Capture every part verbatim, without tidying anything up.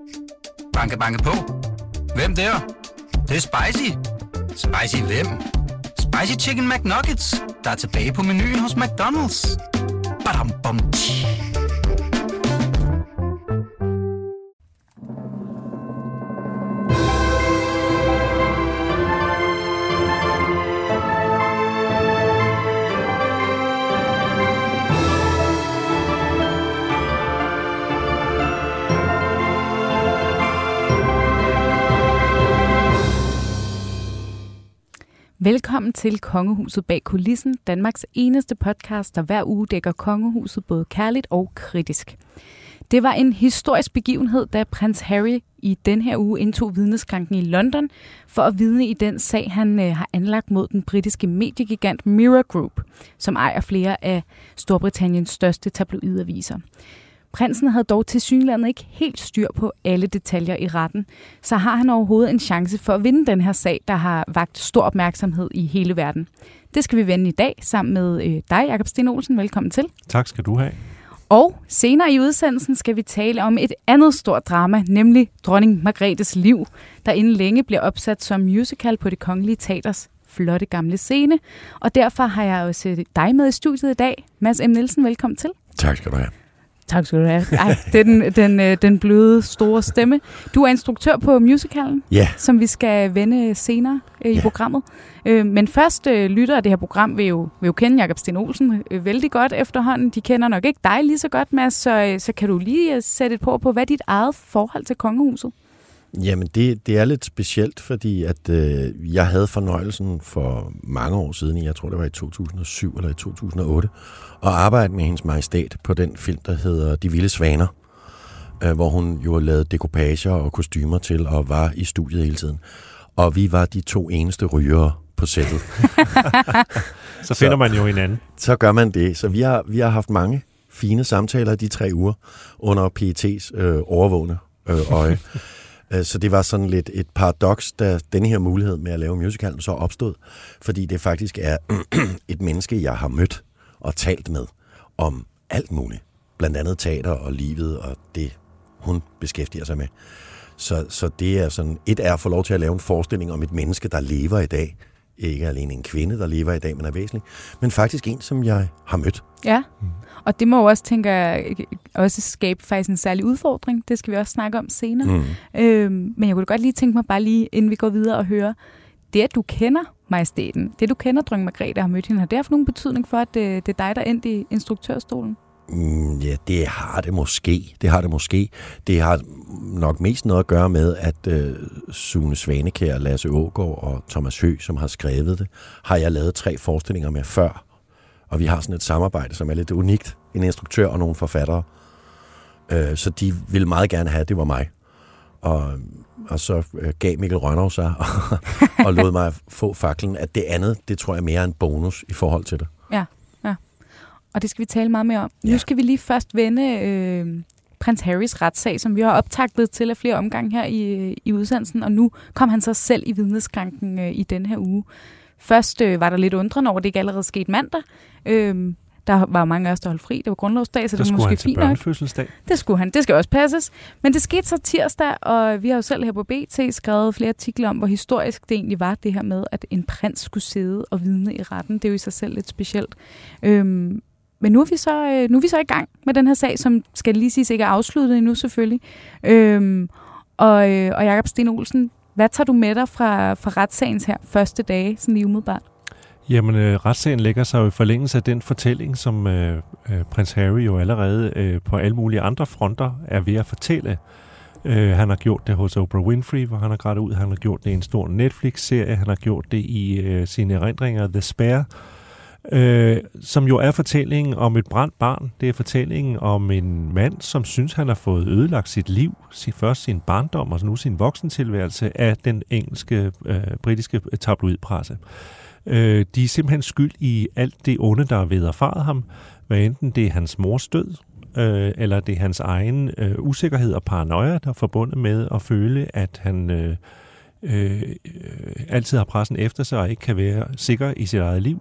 Banke, banke på. Hvem der? Det, det er spicy. Spicy hvem? Spicy Chicken McNuggets, der er tilbage på menuen hos McDonald's. Badum, bom, tji. Velkommen til Kongehuset bag kulissen, Danmarks eneste podcast, der hver uge dækker kongehuset både kærligt og kritisk. Det var en historisk begivenhed, da prins Harry i den her uge indtog vidneskranken i London for at vidne i den sag, han øh, har anlagt mod den britiske mediegigant Mirror Group, som ejer flere af Storbritanniens største tabloidaviser. Prinsen havde dog tilsyneladende ikke helt styr på alle detaljer i retten, så har han overhovedet en chance for at vinde den her sag, der har vakt stor opmærksomhed i hele verden. Det skal vi vende i dag sammen med øh, dig, Jakob Sten Olsen. Velkommen til. Tak skal du have. Og senere i udsendelsen skal vi tale om et andet stort drama, nemlig dronning Margrethes liv, der inden længe bliver opsat som musical på Det Kongelige Teaters flotte gamle scene. Og derfor har jeg også dig med i studiet i dag. Mads M. Nielsen, velkommen til. Tak skal du have. Tak skal du have. Ej, det er den, den, den bløde, store stemme. Du er instruktør på musicalen, yeah. som vi skal vende senere øh, i yeah. programmet. Øh, men først øh, lytter af det her program vil jo, vil jo kende Jakob Sten Olsen øh, vældig godt efterhånden. De kender nok ikke dig lige så godt, Mads, så, øh, så kan du lige øh, sætte et på på, hvad er dit eget forhold til kongehuset? Jamen, det, det er lidt specielt, fordi at øh, jeg havde fornøjelsen for mange år siden, jeg tror det var i to tusind og syv eller i to tusind og otte, at arbejde med hendes majestæt på den film, der hedder De Vilde Svaner, øh, hvor hun jo lavede dekopager og kostymer til og var i studiet hele tiden. Og vi var de to eneste rygere på sættet. Så finder så, man jo hinanden. Så gør man det. Så vi har, vi har haft mange fine samtaler de tre uger under P E T's øh, overvågne øh, øje. Så det var sådan lidt et paradoks, da denne her mulighed med at lave musicalen så opstod, fordi det faktisk er et menneske, jeg har mødt og talt med om alt muligt. Blandt andet teater og livet og det, hun beskæftiger sig med. Så, så det er sådan, et er at få lov til at lave en forestilling om et menneske, der lever i dag. Ikke alene en kvinde, der lever i dag, men er væsentlig, men faktisk en, som jeg har mødt. Ja, og det må jo også, tænker jeg, også skabe faktisk en særlig udfordring. Det skal vi også snakke om senere. Mm. Øhm, men jeg kunne godt lige tænke mig, bare lige inden vi går videre og høre, det at du kender majestæten, det du kender dronning Margrethe og har mødt hende, har det haft nogen betydning for, at det, det er dig, der endte i instruktørstolen? Mm, ja, det har det måske. Det har det måske. Det har nok mest noget at gøre med, at øh, Sune Svanekjær, Lasse Aagaard og Thomas Høgh, som har skrevet det, har jeg lavet tre forestillinger med før. Og vi har sådan et samarbejde, som er lidt unikt. En instruktør og nogle forfattere. Øh, så de ville meget gerne have, at det var mig. Og, og så øh, gav Mikkel Rønnow sig og, og lod mig få faklen. At det andet, det tror jeg mere er en bonus i forhold til det. Ja, ja. Og det skal vi tale meget mere om. Ja. Nu skal vi lige først vende øh, prins Harrys retssag, som vi har optaklet til af flere omgange her i, i udsendelsen. Og nu kom han så selv i vidneskranken øh, i denne her uge. Først øh, var der lidt undrende over, det ikke allerede skete mandag. Øh, der var mange af os, der holdt fri. Det var grundlovsdag, så der det var måske fint nok. Det skulle han. Det skal også passes. Men det skete så tirsdag, og vi har jo selv her på B T skrevet flere artikler om, hvor historisk det egentlig var, det her med, at en prins skulle sidde og vidne i retten. Det er jo i sig selv lidt specielt. Øh, Men nu er, vi så, nu er vi så i gang med den her sag, som skal lige siges ikke er afsluttet endnu selvfølgelig. Øhm, og, og Jakob Sten Olsen, hvad tager du med dig fra, fra retssagens her første dage, sådan lige umiddelbart? Jamen, øh, retssagen lægger sig jo i forlængelse af den fortælling, som øh, øh, prins Harry jo allerede øh, på alle mulige andre fronter er ved at fortælle. Øh, han har gjort det hos Oprah Winfrey, hvor han har grædt ud. Han har gjort det i en stor Netflix-serie. Han har gjort det i øh, sine erindringer The Spare. Øh, som jo er fortællingen om et brændt barn. Det er fortællingen om en mand, som synes, han har fået ødelagt sit liv, først sin barndom og nu sin voksentilværelse af den engelske, øh, britiske tabloidpresse. Øh, de er simpelthen skyld i alt det onde, der er vederfaret ham, hvad enten det er hans mors død, øh, eller det er hans egen øh, usikkerhed og paranoia, der er forbundet med at føle, at han øh, øh, altid har pressen efter sig og ikke kan være sikker i sit eget liv.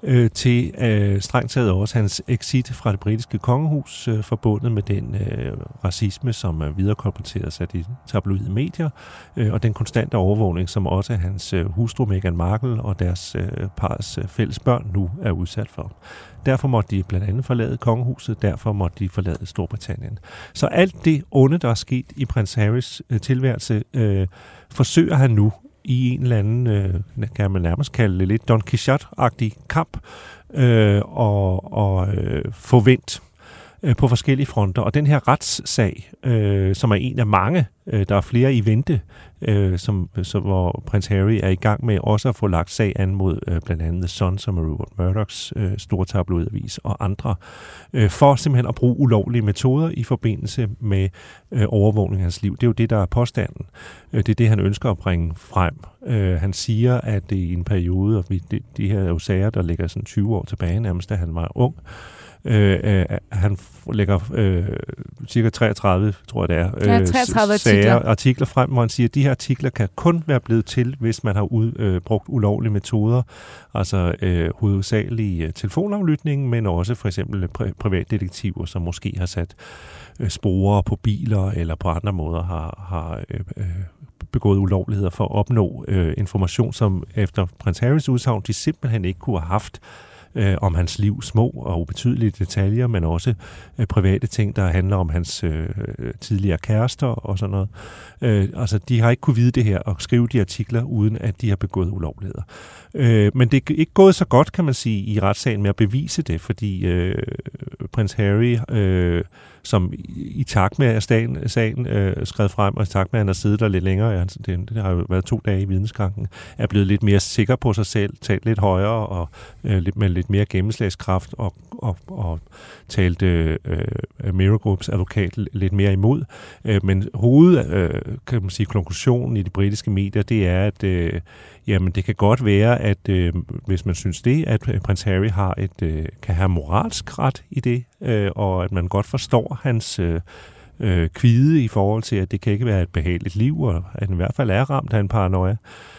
øh, til øh, strengt taget også hans exit fra det britiske kongehus, øh, forbundet med den øh, racisme, som er viderekolporteret af de tabloide medier, øh, og den konstante overvågning, som også hans øh, hustru Meghan Markle og deres øh, parets øh, fælles børn nu er udsat for. Derfor måtte de blandt andet forlade kongehuset, derfor måtte de forlade Storbritannien. Så alt det onde, der er sket i prins Harrys øh, tilværelse, øh, forsøger han nu i en eller anden, øh, kan man nærmest kalde det lidt Don Quixote-agtig kamp, øh, og, og øh, få vendt øh, på forskellige fronter. Og den her retssag, øh, som er en af mange, øh, der er flere i vente, øh, som, så, hvor prins Harry er i gang med også at få lagt sag an mod øh, blandt andet The Sun, som er Rupert Murdochs øh, store tabloidavis og andre, øh, for simpelthen at bruge ulovlige metoder i forbindelse med øh, overvågning af hans liv. Det er jo det, der er påstanden. Øh, det er det, han ønsker at bringe frem. Øh, han siger, at det i en periode, og vi, de, de her er jo sager, der ligger sådan tyve år tilbage, nærmest da han var ung, Øh, øh, han lægger øh, cirka treogtredive, tror jeg det er, øh, ja, treogtredive sager, artikler. artikler frem, hvor han siger, at de her artikler kan kun være blevet til, hvis man har ud, øh, brugt ulovlige metoder, altså øh, hovedsageligt øh, telefonaflytning, men også for eksempel pri- privatdetektiver, som måske har sat øh, sporer på biler, eller på andre måder har, har øh, øh, begået ulovligheder for at opnå øh, information, som efter prins Harrys udsagn, de simpelthen ikke kunne have haft øh, om hans liv, små og ubetydelige detaljer, men også øh, private ting, der handler om hans øh, tidligere kærester og sådan noget. Øh, altså, de har ikke kunne vide det her og skrive de artikler, uden at de har begået ulovligheder. Øh, men det er ikke gået så godt, kan man sige, i retssagen med at bevise det, fordi øh, prins Harry, øh, som i, i takt med at sagen, sagen øh, skrev frem, og i takt med, at han har siddet der lidt længere, ja, det, det har jo været to dage i vidensgangen, er blevet lidt mere sikker på sig selv, talt lidt højere og øh, lidt, med lidt mere gennemslagskraft, og, og, og talt øh, Mirror Groups advokat lidt mere imod. Øh, men hoved, øh, kan man sige, konklusionen i de britiske medier, det er, at øh, jamen, det kan godt være, at øh, hvis man synes det, at øh, prins Harry har et, øh, kan have moralsk ret i det, øh, og at man godt forstår hans øh, øh, kvide i forhold til, at det kan ikke være et behageligt liv, og at han i hvert fald er ramt af en paranoia.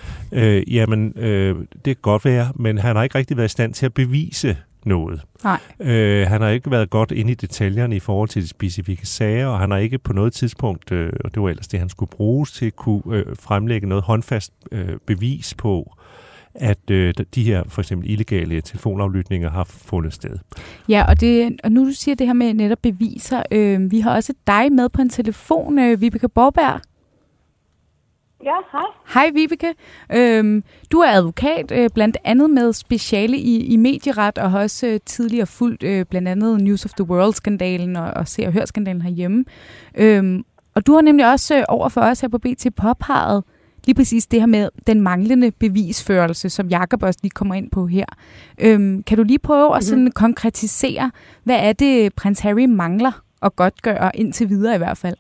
Øh, jamen, øh, det kan godt være, men han har ikke rigtig været i stand til at bevise noget. Nej. Øh, han har ikke været godt inde i detaljerne i forhold til de specifikke sager, og han har ikke på noget tidspunkt, øh, og det var ellers det, han skulle bruges til, kunne øh, fremlægge noget håndfast øh, bevis på, at øh, de her for eksempel illegale telefonaflytninger har fundet sted. Ja, og, det, og nu du siger det her med netop beviser, øh, vi har også dig med på en telefon, øh, Vibeke Borberg. Ja, hej. Hej Vibeke. Øhm, du er advokat, øh, blandt andet med speciale i, i medieret, og har også øh, tidligere fulgt øh, blandt andet News of the World-skandalen og, og Se og Hør-skandalen herhjemme. Øhm, og du har nemlig også øh, over for os her på B T påpeget lige præcis det her med den manglende bevisførelse, som Jakob også lige kommer ind på her. Øhm, kan du lige prøve mm-hmm. at sådan konkretisere, hvad er det, prins Harry mangler at godtgøre indtil videre i hvert fald?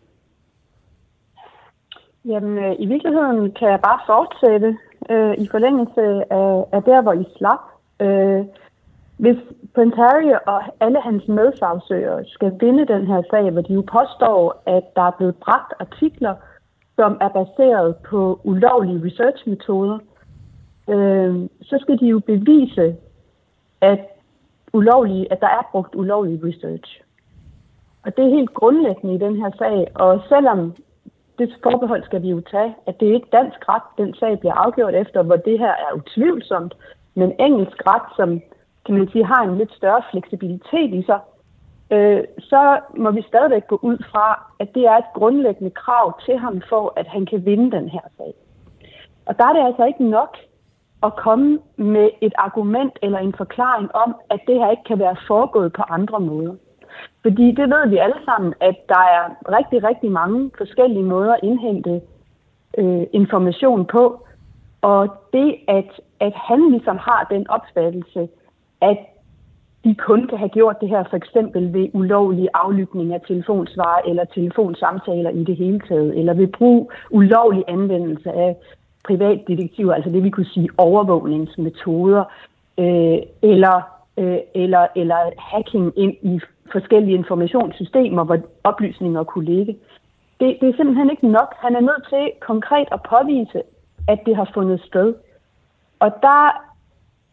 Jamen, øh, i virkeligheden kan jeg bare fortsætte øh, i forlængelse af, af der, hvor I slap. Øh, hvis prins Harry og alle hans medsagsøgere skal vinde den her sag, hvor de jo påstår, at der er blevet bragt artikler, som er baseret på ulovlige researchmetoder, øh, så skal de jo bevise, at, ulovlige, at der er brugt ulovlig research. Og det er helt grundlæggende i den her sag, og selvom det forbehold skal vi jo tage, at det er ikke dansk ret, den sag bliver afgjort efter, hvor det her er utvivlsomt, men engelsk ret, som kan man sige, har en lidt større fleksibilitet i sig, øh, så må vi stadigvæk gå ud fra, at det er et grundlæggende krav til ham for, at han kan vinde den her sag. Og der er det altså ikke nok at komme med et argument eller en forklaring om, at det her ikke kan være foregået på andre måder. Fordi det ved vi alle sammen, at der er rigtig, rigtig mange forskellige måder at indhente øh, information på. Og det, at, at han ligesom har den opfattelse, at de kun kan have gjort det her for eksempel ved ulovlig aflytning af telefonsvarer eller telefonsamtaler i det hele taget, eller ved brug ulovlig anvendelse af privatdetektiver, altså det vi kunne sige overvågningsmetoder, øh, eller, øh, eller, eller hacking ind i forskellige informationssystemer, hvor oplysninger kunne ligge. Det, det er simpelthen ikke nok. Han er nødt til konkret at påvise, at det har fundet sted. Og der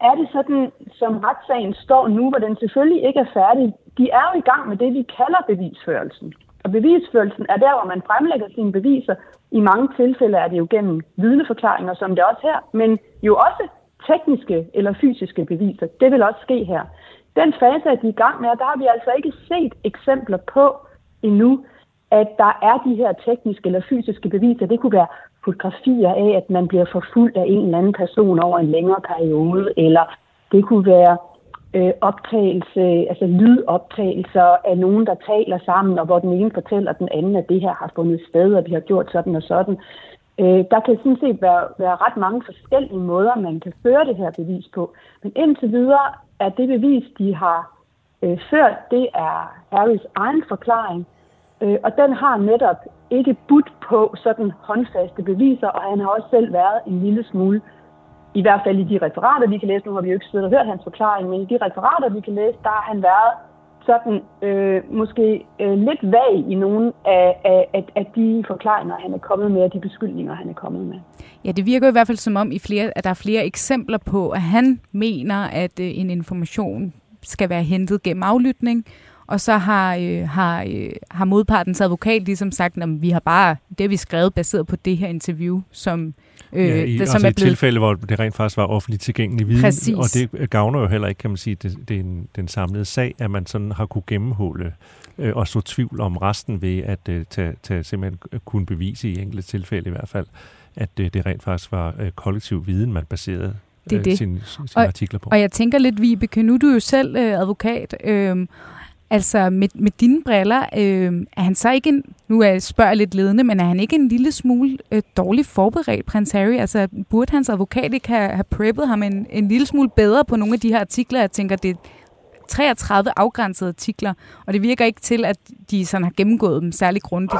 er det sådan, som retssagen står nu, hvor den selvfølgelig ikke er færdig. De er jo i gang med det, vi kalder bevisførelsen. Og bevisførelsen er der, hvor man fremlægger sine beviser. I mange tilfælde er det jo gennem vidneforklaringer, som det er også her, men jo også tekniske eller fysiske beviser. Det vil også ske her. Den fase, at de er i gang med, der har vi altså ikke set eksempler på endnu, at der er de her tekniske eller fysiske beviser. Det kunne være fotografier af, at man bliver forfulgt af en eller anden person over en længere periode, eller det kunne være øh, optagelse, altså lydoptagelser af nogen, der taler sammen, og hvor den ene fortæller den anden, at det her har fundet sted, og vi har gjort sådan og sådan. Øh, der kan sådan set være, være ret mange forskellige måder, man kan føre det her bevis på. Men indtil videre er det bevis, de har øh, ført, det er Harrys egen forklaring, øh, og den har netop ikke budt på sådan håndfaste beviser, og han har også selv været en lille smule, i hvert fald i de referater, vi kan læse, nu har vi jo ikke siddet og hørt hans forklaring, men i de referater, vi kan læse, der har han været sådan øh, måske øh, lidt vag i nogle af, af, af de forklaringer, han er kommet med, og de beskyldninger, han er kommet med. Ja, det virker i hvert fald som om, i flere, at der er flere eksempler på, at han mener, at øh, en information skal være hentet gennem aflytning, og så har, øh, har, øh, har modpartens advokat ligesom sagt, at vi har bare, det har vi skrevet baseret på det her interview, som, øh, ja, i, det, altså som er blevet... i tilfælde, hvor det rent faktisk var offentligt tilgængelig viden, Præcis. Og det gavner jo heller ikke, kan man sige, det, det er en, den samlede sag, at man sådan har kunne gennemholde øh, og så tvivl om resten ved at øh, tage, tage, simpelthen kunne bevise i enkelte tilfælde i hvert fald, at øh, det rent faktisk var øh, kollektiv viden, man baserede det er øh, det. sine, sine og, artikler på. Og jeg tænker lidt, Vibeke, nu er du jo selv øh, advokat, øh, altså med, med dine briller, øh, er han så ikke en, nu er jeg spørger lidt ledende, men er han ikke en lille smule øh, dårligt forberedt, prins Harry? Altså burde hans advokat ikke have, have preppet ham en, en lille smule bedre på nogle af de her artikler? Jeg tænker, det er treogtredive afgrænsede artikler, og det virker ikke til, at de sådan har gennemgået dem særlig grundigt.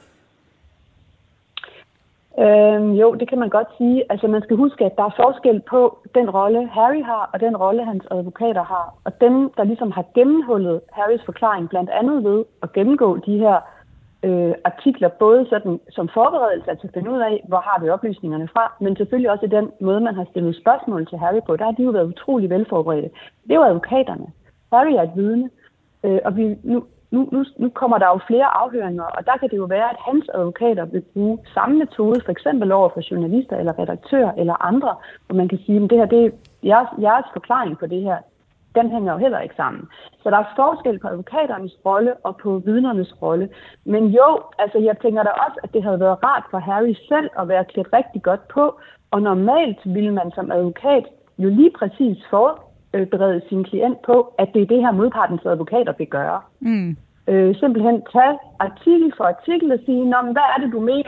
Øhm, jo, det kan man godt sige. Altså man skal huske, at der er forskel på den rolle, Harry har, og den rolle, hans advokater har. Og dem, der ligesom har gennemhullet Harrys forklaring, blandt andet ved at gennemgå de her øh, artikler, både sådan som forberedelse, altså at finde ud af, hvor har vi oplysningerne fra, men selvfølgelig også i den måde, man har stillet spørgsmål til Harry på. Der har de jo været utrolig velforberedte. Det er jo advokaterne. Harry er et vidne, øh, og vi nu Nu, nu, nu kommer der jo flere afhøringer, og der kan det jo være, at hans advokater vil bruge samme metode, for eksempel over for journalister eller redaktører eller andre, hvor man kan sige, at det her, det er jeres, jeres forklaring på det her. Den hænger jo heller ikke sammen. Så der er forskel på advokaternes rolle og på vidnernes rolle. Men jo, altså jeg tænker da også, at det havde været rart for Harry selv at være klædt rigtig godt på, og normalt ville man som advokat jo lige præcis forberede sin klient på, at det er det her modpartens advokater vil gøre. Mm. Øh, simpelthen tage artikel for artikel og sige, nå, men hvad er det, du mener,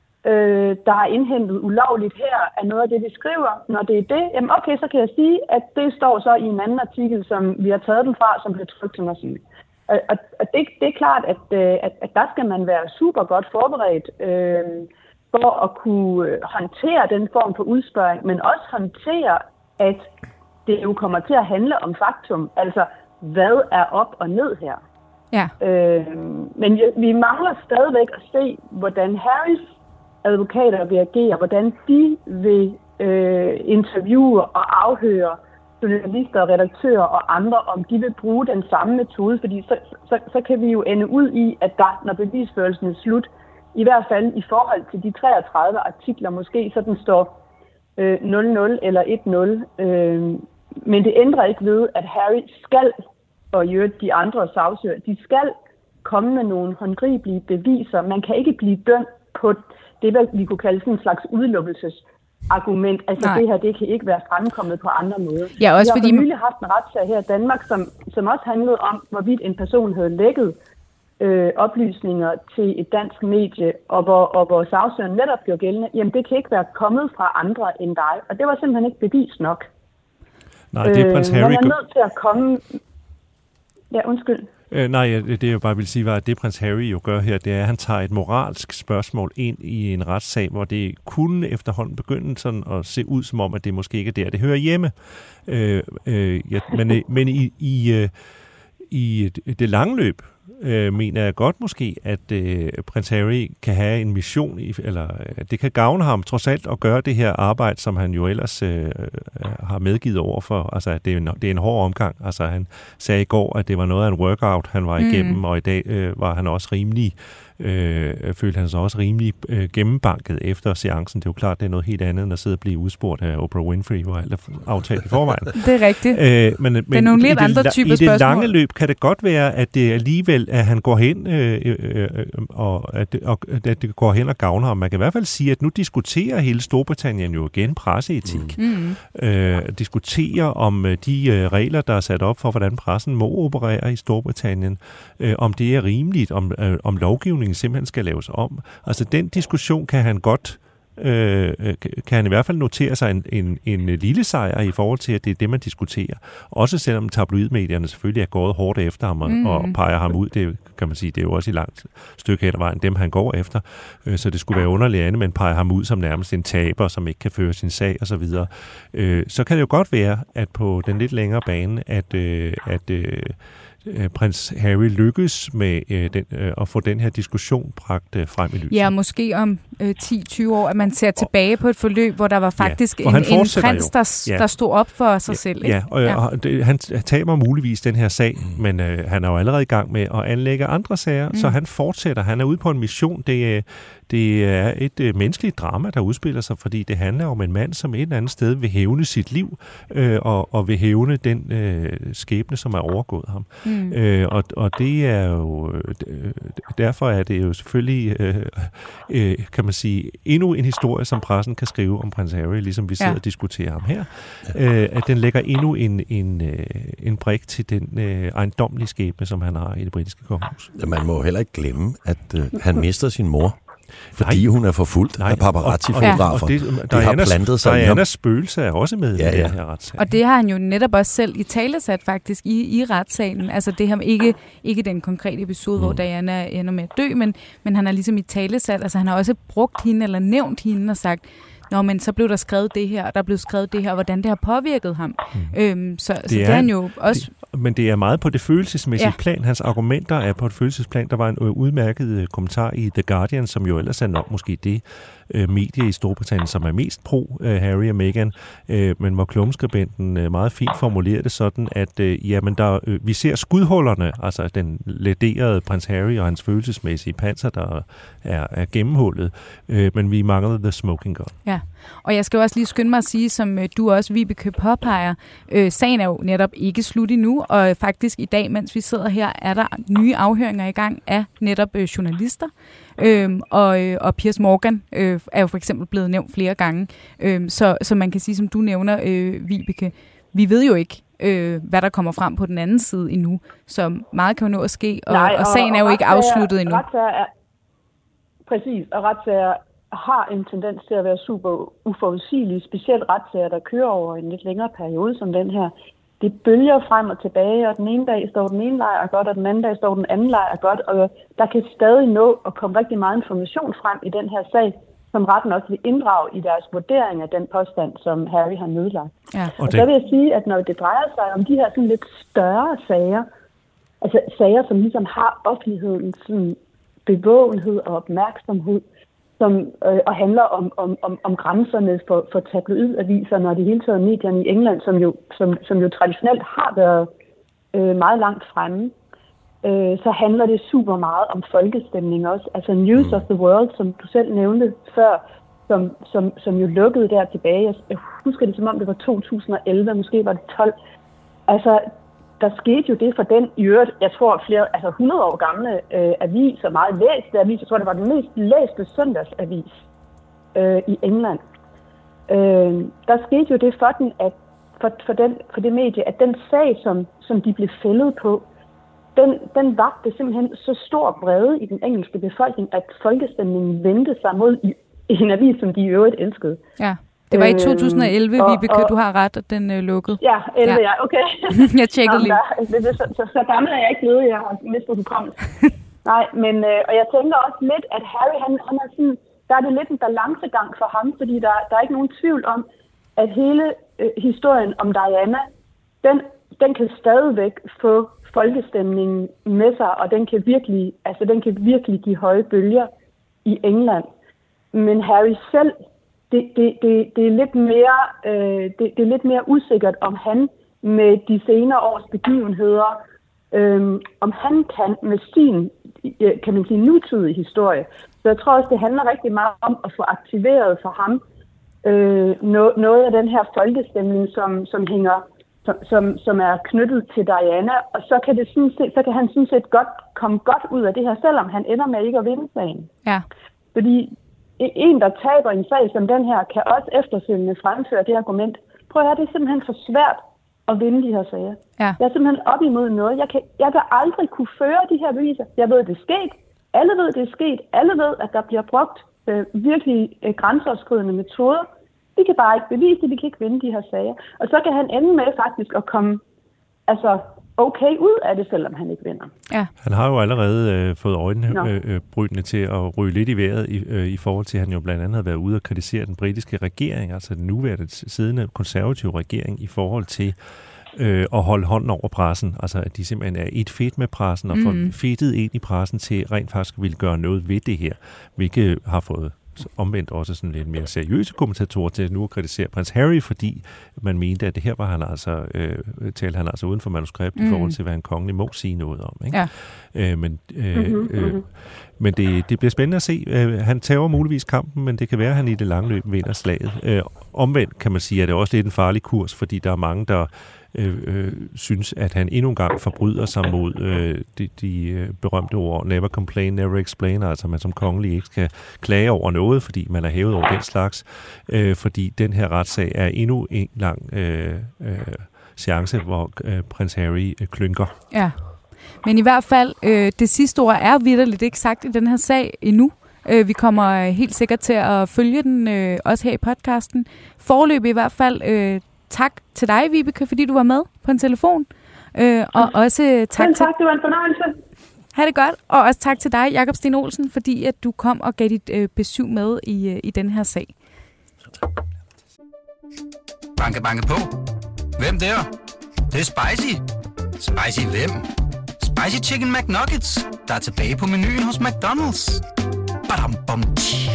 øh, der er indhentet ulovligt her, er noget af det, vi skriver. Når det er det, jamen okay, så kan jeg sige, at det står så i en anden artikel, som vi har taget den fra, som bliver trykt til mig sige. Og, og, og det, det er klart, at, at, at der skal man være super godt forberedt øh, for at kunne håndtere den form for udspørring, men også håndtere, at det jo kommer til at handle om faktum, altså hvad er op og ned her. Ja. Øh, men vi mangler stadigvæk at se, hvordan Harrys advokater vil agere, hvordan de vil øh, interviewe og afhøre journalister og redaktører og andre, om de vil bruge den samme metode, fordi så, så, så kan vi jo ende ud i, at der, når bevisførelsen er slut, i hvert fald i forhold til de treogtredive artikler, måske så den står øh, nul nul eller et nul, øh, men det ændrer ikke ved, at Harry skal, og i øvrigt de andre sagsøgere, de skal komme med nogle håndgribelige beviser. Man kan ikke blive dømt på det, vi kunne kalde sådan en slags udelukkelsesargument. Altså Nej. det her, det kan ikke være fremkommet på andre måder. Ja, også vi har fordi... for nylig haft en retssag her i Danmark, som, som også handlede om, hvorvidt en person havde lækket øh, oplysninger til et dansk medie, og hvor, og hvor sagsøgeren netop gjorde gældende, jamen det kan ikke være kommet fra andre end dig. Og det var simpelthen ikke bevis nok. Nej, det er prins Harry... Man er nødt til at komme... Ja, undskyld. Øh, nej, det jeg bare vil sige var, at det prins Harry jo gør her, det er, at han tager et moralsk spørgsmål ind i en retssag, hvor det kunne efterhånden begynde sådan at se ud som om, at det måske ikke er der, det hører hjemme. Øh, øh, ja, men men i, i, i det lange løb, øh, mener jeg godt måske, at øh, prins Harry kan have en mission, i, eller at det kan gavne ham trods alt at gøre det her arbejde, som han jo ellers øh, har medgivet over for. Altså, at det er, en, det er en hård omgang. Altså, han sagde i går, at det var noget af en workout, han var igennem, mm. og i dag øh, var han også rimelig Øh, følte han sig også rimelig øh, gennembanket efter seancen. Det er jo klart, det er noget helt andet, end at sidde og blive udspurgt af Oprah Winfrey, hvor alt er aftalt i forvejen. Det er rigtigt. Øh, men, det er nogle lidt andre typer spørgsmål. I det lange løb kan det godt være, at det alligevel, at han går hen, øh, øh, og, at det, og at det går hen og gavner ham. Man kan i hvert fald sige, at nu diskuterer hele Storbritannien jo igen presseetik. Mm. Øh, diskuterer om de øh, regler, der er sat op for, hvordan pressen må operere i Storbritannien, øh, om det er rimeligt, om, øh, om lovgivningen simpelthen skal laves om. Altså den diskussion kan han godt, øh, kan han i hvert fald notere sig en, en, en lille sejr i forhold til, at det er det, man diskuterer. Også selvom tabloidmedierne selvfølgelig er gået hårdt efter ham og, mm. og peger ham ud. Det kan man sige, det er jo også i langt stykke hen ad vejen, dem han går efter. Øh, så det skulle være underligt andet, men peger ham ud som nærmest en taber, som ikke kan føre sin sag osv. Øh, så kan det jo godt være, at på den lidt længere bane, at, øh, at øh, prins Harry lykkes med øh, den, øh, at få den her diskussion bragt øh, frem i lyset. Ja, måske om øh, ti til tyve år, at man ser tilbage på et forløb, hvor der var faktisk ja, en, en prins, der, ja. der stod op for sig ja, selv. Ikke? Ja, og, ja. og det, han taber muligvis den her sag, mm. men øh, han er jo allerede i gang med at anlægge andre sager, mm. så han fortsætter. Han er ude på en mission. Det, det er et øh, menneskeligt drama, der udspiller sig, fordi det handler om en mand, som et eller andet sted vil hævne sit liv, øh, og, og vil hævne den øh, skæbne, som er overgået ham. Mm. Øh, og, og det er jo øh, derfor er det jo selvfølgelig øh, øh, kan man sige endnu en historie, som pressen kan skrive om prins Harry, ligesom vi sidder ja. og diskuterer ham her, øh, at den lægger endnu en, en, øh, en brik til den øh, ejendommelige skæbne, som han har i det britiske kongehus. Man må heller ikke glemme, at øh, han mister sin mor, fordi nej. hun er forfulgt af paparazzi-fotografer. Ja. Det, de har plantet sig. Dianas spøgelse er også med ja, ja. i den her retssag. Og det har han jo netop også selv i talesat faktisk i, i retssalen. Altså det her ikke, ikke den konkrete episode, mm. hvor Diana ender med at dø, men, men han har ligesom i talesat, altså han har også brugt hende eller nævnt hende og sagt, nå, men så blev der skrevet det her, og der blev skrevet det her, og hvordan det har påvirket ham. Mm. Øhm, så, det så det er han jo også... Det, men det er meget på det følelsesmæssige ja. plan. Hans argumenter er på et følelsesplan. Der var en udmærket kommentar i The Guardian, som jo ellers er nok måske det øh, medie i Storbritannien, som er mest pro øh, Harry og Meghan, øh, men hvor klummeskribenten øh, meget fint formulerede det sådan, at øh, jamen der, øh, vi ser skudhullerne, altså den lederede prins Harry og hans følelsesmæssige panser, der er, er gennemhullet, øh, men vi mangler the smoking gun. Ja, og jeg skal også lige skynde mig at sige, som øh, du også, Vibeke, påpeger, øh, sagen er jo netop ikke slut endnu, og faktisk i dag, mens vi sidder her, er der nye afhøringer i gang af netop øh, journalister. Øhm, og, øh, og Piers Morgan øh, er jo for eksempel blevet nævnt flere gange. Øhm, så, så man kan sige, som du nævner, øh, Vibeke, vi ved jo ikke, øh, hvad der kommer frem på den anden side endnu. Så meget kan jo nå at ske, og, Nej, og, og sagen og, er jo ikke afsluttet endnu. Er, præcis, og retssager har en tendens til at være super uforudsigelige, specielt retssager, der kører over en lidt længere periode som den her. Det bølger frem og tilbage, og den ene dag står den ene lejr godt, og den anden dag står den anden lejr godt, og der kan stadig nå at komme rigtig meget information frem i den her sag, som retten også vil inddrage i deres vurdering af den påstand, som Harry har nedlagt. Ja. Og, og det... så vil jeg sige, at når det drejer sig om de her sådan lidt større sager, altså sager, som ligesom har offentlighedens sådan bevågenhed og opmærksomhed, som øh, og handler om, om, om, om grænserne for, for tabloidaviserne og det hele taget medierne i England, som jo, som, som jo traditionelt har været øh, meget langt fremme, øh, så handler det super meget om folkestemning også. Altså News mm. of the World, som du selv nævnte før, som, som, som jo lukkede der tilbage. Jeg husker det, som om det var to tusind og elleve, måske var det tolv. Altså, der skete jo det for den i øvrigt, jeg tror flere, altså hundrede år gamle øh, avis, og meget læste avis, jeg tror det var den mest læste søndagsavis øh, i England. Øh, der skete jo det for den, at for, for, den, for det medie, at den sag, som, som de blev fældet på, den, den vagte simpelthen så stor brede i den engelske befolkning, at folkestemningen vendte sig mod i, i en avis, som de i øvrigt elskede. Ja. Det var i to tusind og elleve, øh, Vibeke, du har ret, at den øh, lukkede. Ja, elleve, ja, ja okay. Jeg tjekkede lige. Det, det, så, så, så gammel er jeg ikke blevet, jeg har mistet hukommelsen. Nej, men øh, og jeg tænker også lidt, at Harry, han, han er sådan, der er det lidt en balancegang for ham, fordi der, der er ikke nogen tvivl om, at hele øh, historien om Diana, den, den kan stadigvæk få folkestemningen med sig, og den kan virkelig, altså den kan virkelig give høje bølger i England. Men Harry selv, det, det, det, det, er, lidt mere, øh, det, det er lidt mere usikkert, om han med de senere års begivenheder, øh, om han kan med sin, kan man sige, nutidige historie. Så jeg tror også, det handler rigtig meget om at få aktiveret for ham øh, no, noget af den her folkestemning, som, som hænger, som, som, som er knyttet til Diana, og så kan, det sådan set, så kan han sådan set godt komme godt ud af det her, selvom han ender med ikke at vinde sagen. Ja. Fordi en, der taber en sag som den her, kan også efterfølgende fremføre det argument. Prøv at høre, det er simpelthen for svært at vinde de her sager. Ja. Jeg er simpelthen op imod noget. Jeg kan, jeg kan aldrig kunne føre de her beviser. Jeg ved, det er sket. Alle ved, det er sket. Alle ved, at der bliver brugt øh, virkelig øh, grænseoverskridende metoder. Vi kan bare ikke bevise det. Vi kan ikke vinde de her sager. Og så kan han ende med faktisk at komme altså, okay ud af det, selvom han ikke vinder. Ja. Han har jo allerede øh, fået øjenbrynene øh, til at ryge lidt i vejret i, øh, i forhold til, at han jo blandt andet har været ude og kritisere den britiske regering, altså den nuværende siddende konservative regering, i forhold til øh, at holde hånden over pressen. Altså at de simpelthen er et fedt med pressen og mm. får fedtet ind i pressen til rent faktisk ville gøre noget ved det her, hvilket har fået omvendt også sådan lidt mere seriøse kommentatorer til nu at kritisere prins Harry, fordi man mente, at det her var han altså, øh, talte han altså uden for manuskript mm. i forhold til, hvad en kongelig må sige noget om. Ikke? Ja. Øh, men øh, øh, men det, det bliver spændende at se. Øh, han tager muligvis kampen, men det kan være, at han i det lange løb vinder slaget. Øh, omvendt kan man sige, at det er også lidt en farlig kurs, fordi der er mange, der Øh, øh, synes, at han endnu en gang forbryder sig mod øh, de, de øh, berømte ord never complain, never explain, altså man som kongelig ikke skal klage over noget, fordi man er hævet over den slags, øh, fordi den her retssag er endnu en lang øh, øh, seance, hvor øh, prins Harry øh, klynker. Ja, men i hvert fald, øh, det sidste ord er vitterligt ikke sagt i den her sag endnu. Øh, vi kommer helt sikkert til at følge den, øh, også her i podcasten. Foreløbig i hvert fald, øh, tak til dig, Vibeke, fordi du var med på en telefon. Øh, og også tak tak, til... det var en fornøjelse. Ha' det godt. Og også tak til dig, Jakob Sten Olsen, fordi at du kom og gav dit øh, besøg med i, øh, i den her sag. Banke, banke på. Hvem der? Det, det er spicy. Spicy hvem? Spicy Chicken McNuggets, der er tilbage på menuen hos McDonald's. Badum, bom, tji.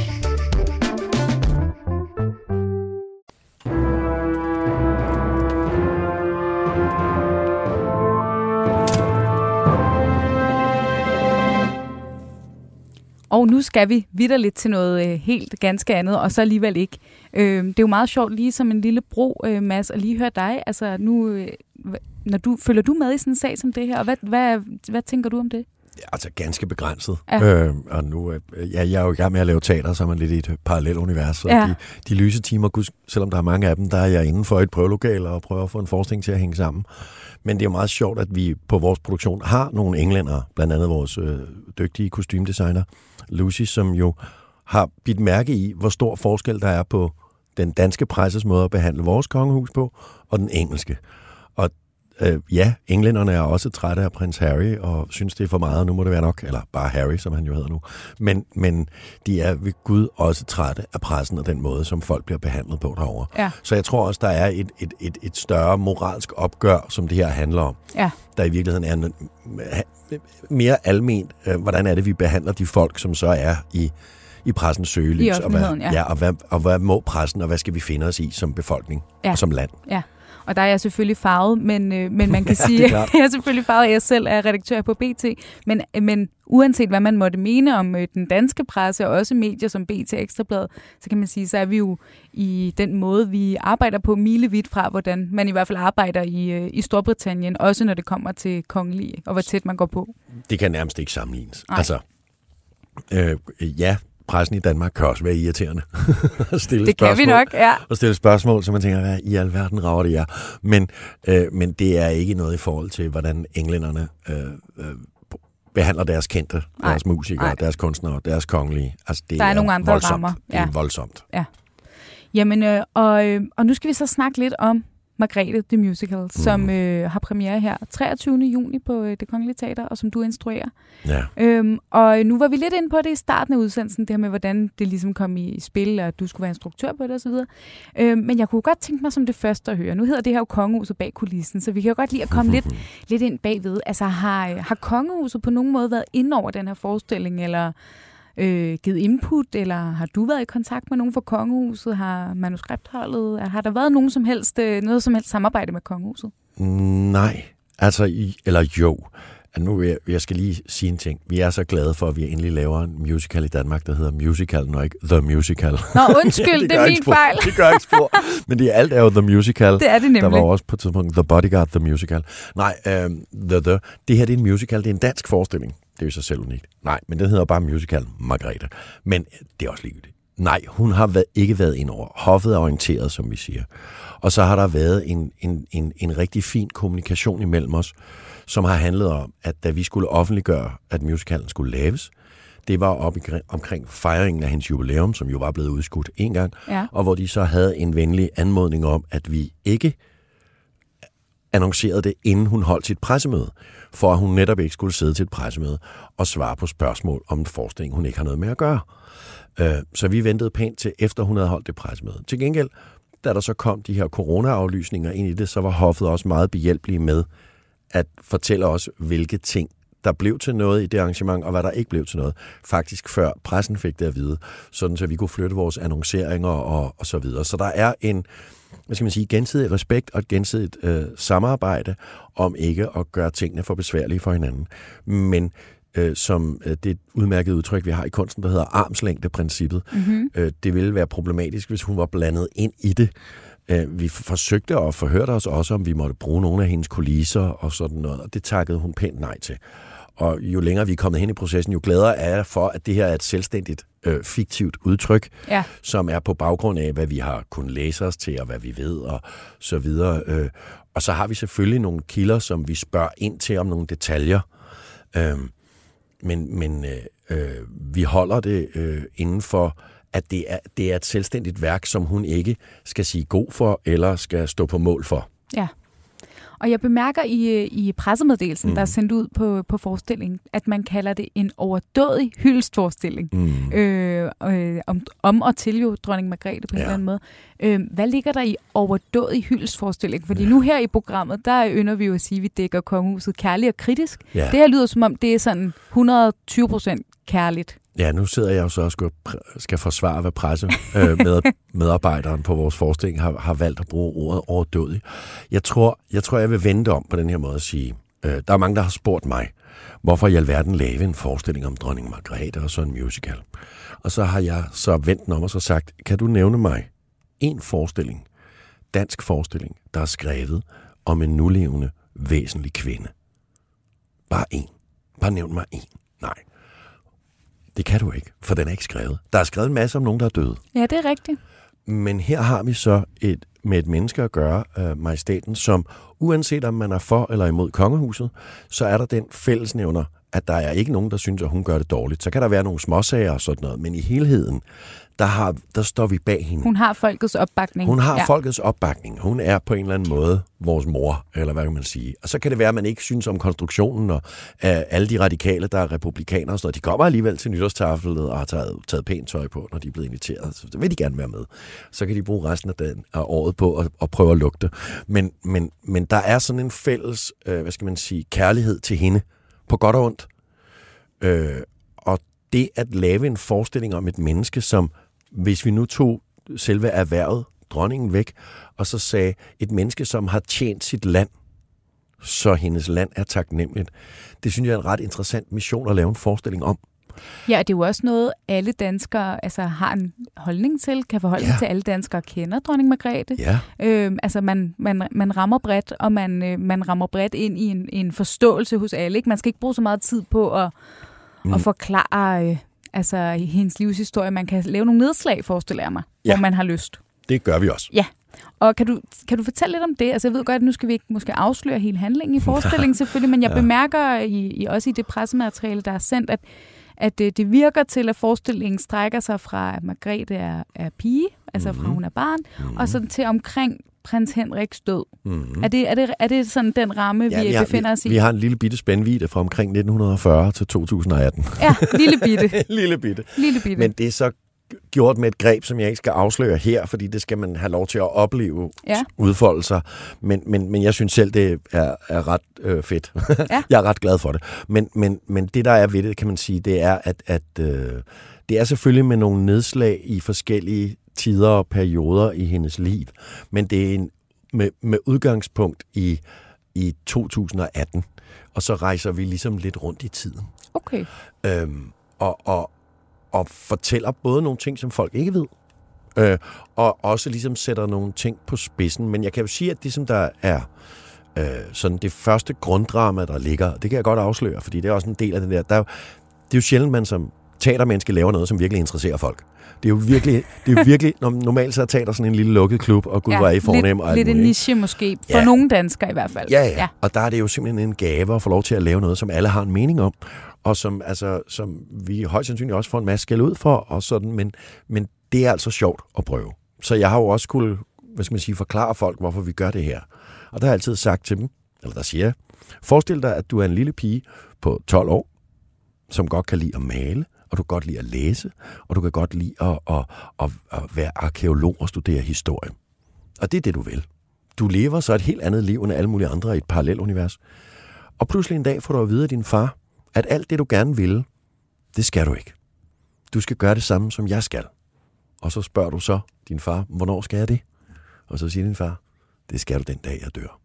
Og nu skal vi vitterligt til noget øh, helt ganske andet, og så alligevel ikke. Øh, det er jo meget sjovt, lige som en lille bro, øh, Mads, at lige høre dig. Altså, nu, øh, når du, følger du med i sådan en sag som det her, og hvad, hvad, hvad tænker du om det? Altså ganske begrænset. Ja. Øh, og nu, ja, jeg er jo i gang med at lave teater, så er man lidt i et parallelt univers. Og ja. de, de lyse timer, selvom der er mange af dem, der er jeg inden for et prøvelokal og prøver at få en forskning til at hænge sammen. Men det er jo meget sjovt, at vi på vores produktion har nogle englændere, blandt andet vores øh, dygtige kostumedesigner, Lucy, som jo har bidt mærke i, hvor stor forskel der er på den danske presses måde at behandle vores kongehus på, og den engelske. Og øh, ja, englænderne er også trætte af prins Harry, og synes, det er for meget, nu må det være nok, eller bare Harry, som han jo hedder nu. Men, men de er ved Gud også trætte af pressen og den måde, som folk bliver behandlet på derovre. Ja. Så jeg tror også, der er et, et, et, et større moralsk opgør, som det her handler om. Ja. Der i virkeligheden er en, mere alment, øh, hvordan er det, vi behandler de folk, som så er i, i pressens søgelys. Og hvad, ja. Ja, og, hvad, og hvad må pressen, og hvad skal vi finde os i som befolkning ja. og som land? Ja. Og der er jeg selvfølgelig farvet, men, øh, men man kan ja, sige, at jeg er selvfølgelig farvet, at jeg selv er redaktør på B T. Men, men uanset hvad man måtte mene om øh, den danske presse, og også medier som B T Ekstrabladet, så kan man sige, så er vi jo i den måde, vi arbejder på milevidt fra, hvordan man i hvert fald arbejder i, øh, i Storbritannien, også når det kommer til kongelige, og hvor tæt man går på. Det kan nærmest ikke sammenlignes. Nej. Altså, øh, ja, pressen i Danmark kan også være irriterende. at stille det kan vi nok, ja. Og stille spørgsmål, så man tænker, hvad i alverden rager det jer? Men, øh, men det er ikke noget i forhold til, hvordan englænderne øh, øh, behandler deres kendte, nej, deres musikere, nej. deres kunstnere, deres kongelige. Altså, det der er, er nogle andre voldsomt. rammer. Ja. Det er voldsomt. Ja. Jamen, øh, og, øh, og nu skal vi så snakke lidt om Margrethe The Musical, mm. som øh, har premiere her treogtyvende juni på øh, Det Kongelige Teater, og som du instruerer. Ja. Øhm, og nu var vi lidt inde på det i starten af udsendelsen, det her med, hvordan det ligesom kom i spil, og at du skulle være instruktør på det osv. Øhm, men jeg kunne godt tænke mig som det første at høre. Nu hedder det her jo Kongehuset bag kulissen, så vi kan jo godt lide at komme lidt, lidt ind bagved. Altså har, har Kongehuset på nogen måde været inde over den her forestilling, eller øh, givet input, eller har du været i kontakt med nogen fra Kongehuset? Har manuskriptholdet? Har der været nogen som helst, noget som helst samarbejde med Kongehuset? Nej, altså, i, eller jo. Nu jeg, jeg skal lige sige en ting. Vi er så glade for, at vi endelig laver en musical i Danmark, der hedder Musical, og ikke The Musical. Nå, undskyld, ja, det, det er min spor. fejl. Det gør ikke spor. Men det er alt er jo The Musical. Det er det nemlig. Der var også på et tidspunkt The Bodyguard, The Musical. Nej, um, the, the, det her det er en musical. Det er en dansk forestilling. Det er jo så selv unikt. Nej, men den hedder bare Musical Margrethe. Men det er også ligegyldigt. Nej, hun har været, ikke været ind over. Hoffet er orienteret, som vi siger. Og så har der været en, en, en, en rigtig fin kommunikation imellem os, som har handlet om, at da vi skulle offentliggøre, at musicalen skulle laves, det var op omkring fejringen af hendes jubilæum, som jo var blevet udskudt en gang, ja. Og hvor de så havde en venlig anmodning om, at vi ikke annoncerede det, inden hun holdt sit pressemøde, for at hun netop ikke skulle sidde til et pressemøde og svare på spørgsmål om en forestilling, hun ikke har noget med at gøre. Så vi ventede pænt til, efter hun havde holdt det pressemøde. Til gengæld, da der så kom de her corona-aflysninger ind i det, så var hoffet også meget behjælpelige med at fortælle os, hvilke ting, der blev til noget i det arrangement, og hvad der ikke blev til noget. Faktisk før pressen fik det at vide, sådan så vi kunne flytte vores annonceringer og, og så videre. Så der er en, hvad skal man sige, gensidig respekt og et gensidigt øh, samarbejde om ikke at gøre tingene for besværlige for hinanden. Men øh, som øh, det udmærkede udtryk, vi har i kunsten, der hedder armslængdeprincippet, mm-hmm. øh, det ville være problematisk, hvis hun var blandet ind i det. Vi forsøgte at forhøre os også, om vi måtte bruge nogle af hendes kulisser og sådan noget, og det takkede hun pænt nej til. Og jo længere vi er kommet hen i processen, jo gladere er jeg for, at det her er et selvstændigt, øh, fiktivt udtryk, ja. Som er på baggrund af, hvad vi har kunnet læse os til, og hvad vi ved, og så videre. Øh, og så har vi selvfølgelig nogle kilder, som vi spørger ind til om nogle detaljer. Øh, men men øh, øh, vi holder det øh, inden for, at det er, det er et selvstændigt værk, som hun ikke skal sige god for, eller skal stå på mål for. Ja. Og jeg bemærker i, i pressemeddelelsen, mm. der er sendt ud på, på forestillingen, at man kalder det en overdådig hyldestforestilling. Mm. Øh, øh, om, om og til jo dronning Margrethe på en ja. eller anden måde. Øh, hvad ligger der i overdådig hyldestforestilling? Fordi ja. nu her i programmet, der ynder vi jo at sige, at vi dækker kongehuset kærligt og kritisk. Ja. Det her lyder som om, det er sådan hundrede og tyve procent kærligt. Ja, nu sidder jeg jo så og skal, skal forsvare, hvad presse øh, med, medarbejderen på vores forestilling har, har valgt at bruge ordet overdådig. Jeg tror, jeg tror, jeg vil vende om på den her måde at sige, øh, der er mange, der har spurgt mig, hvorfor i alverden lave en forestilling om dronning Margrethe og så en musical. Og så har jeg så vendt den om og så sagt, kan du nævne mig en forestilling, dansk forestilling, der er skrevet om en nulevende, væsentlig kvinde? Bare en. Bare nævn mig en. Nej. Det kan du ikke, for den er ikke skrevet. Der er skrevet en masse om nogen, der er døde. Ja, det er rigtigt. Men her har vi så et, med et menneske at gøre, uh, majestæten, som uanset om man er for eller imod kongehuset, så er der den fællesnævner, at der er ikke nogen, der synes, at hun gør det dårligt. Så kan der være nogle småsager og sådan noget, men i helheden, der, har, der står vi bag hende. Hun har folkets opbakning. Hun har ja. folkets opbakning. Hun er på en eller anden måde vores mor, eller hvad kan man sige. Og så kan det være, at man ikke synes om konstruktionen, og uh, alle de radikale, der er republikanere og sådan noget, de kommer alligevel til nytårstafelet og har taget, taget pænt tøj på, når de er blevet inviteret. Så vil de gerne være med. Så kan de bruge resten af, den, af året på at, at prøve at lugte. Men, men, men der er sådan en fælles, uh, hvad skal man sige, kærlighed til hende, på godt og ondt. Uh, og det at lave en forestilling om et menneske, som hvis vi nu tog selve erhvervet, dronningen væk, og så sagde et menneske, som har tjent sit land, så hendes land er taknemmeligt. Det synes jeg er en ret interessant mission at lave en forestilling om. Ja, det er jo også noget, alle danskere altså, har en holdning til, kan forholde sig ja. til. Alle danskere kender dronning Margrethe. Ja. Øhm, altså, man, man, man rammer bredt, og man, øh, man rammer bredt ind i en, en forståelse hos alle. Ikke? Man skal ikke bruge så meget tid på at, mm. at forklare... Øh, altså hendes livshistorie. Man kan lave nogle nedslag, forestiller jeg mig, ja. hvor man har lyst. Det gør vi også. Ja. Og kan du, kan du fortælle lidt om det? Altså jeg ved godt, at nu skal vi ikke måske afsløre hele handlingen i forestillingen selvfølgelig, men jeg ja. bemærker i, i, også i det pressemateriale, der er sendt, at, at det, det virker til, at forestillingen strækker sig fra, at Margrethe er, er pige, altså mm-hmm. fra hun er barn, mm-hmm. og så til omkring prins Henriks død. Mm-hmm. Er, det, er, det, er det sådan den ramme, ja, vi, vi har, befinder os i? Vi har en lille bitte spændvidde fra omkring nitten fyrre til to tusind atten. Ja, lille bitte. lille bitte. Lille bitte. Men det er så gjort med et greb, som jeg ikke skal afsløre her, fordi det skal man have lov til at opleve ja. udfoldelser. Men, men, men jeg synes selv, det er, er ret øh, fedt. Ja. Jeg er ret glad for det. Men, men, men det, der er ved det, kan man sige, det er, at, at øh, det er selvfølgelig med nogle nedslag i forskellige tider og perioder i hendes liv. Men det er en, med, med udgangspunkt i, i to tusind atten. Og så rejser vi ligesom lidt rundt i tiden. Okay. Øhm, og, og og fortæller både nogle ting, som folk ikke ved, øh, og også ligesom sætter nogle ting på spidsen. Men jeg kan jo sige, at det, som der er øh, sådan det første grunddrama, der ligger, det kan jeg godt afsløre, fordi det er også en del af det der. der er jo, det er jo sjældent, man som teatermenneske laver noget, som virkelig interesserer folk. Det er jo virkelig, det er jo virkelig normalt så er teater sådan en lille lukket klub, og gud, ja, hvor er I fornem. Lidt, lidt en niche måske, for ja. nogle danskere i hvert fald. Ja, ja, ja, og der er det jo simpelthen en gave at få lov til at lave noget, som alle har en mening om, og som, altså, som vi højst sandsynligt også får en masse skæld ud for, og sådan, men, men det er altså sjovt at prøve. Så jeg har jo også skulle, hvad skal man sige, forklare folk, hvorfor vi gør det her. Og der har jeg altid sagt til dem, eller der siger jeg, forestil dig, at du er en lille pige på tolv år, som godt kan lide at male, og du kan godt lide at læse, og du kan godt lide at, at, at, at være arkeolog og studere historie. Og det er det, du vil. Du lever så et helt andet liv end alle mulige andre i et parallelunivers. Og pludselig en dag får du at vide af din far, at alt det, du gerne vil, det skal du ikke. Du skal gøre det samme, som jeg skal. Og så spørger du så din far, hvornår skal jeg det? Og så siger din far, det skal du den dag, jeg dør.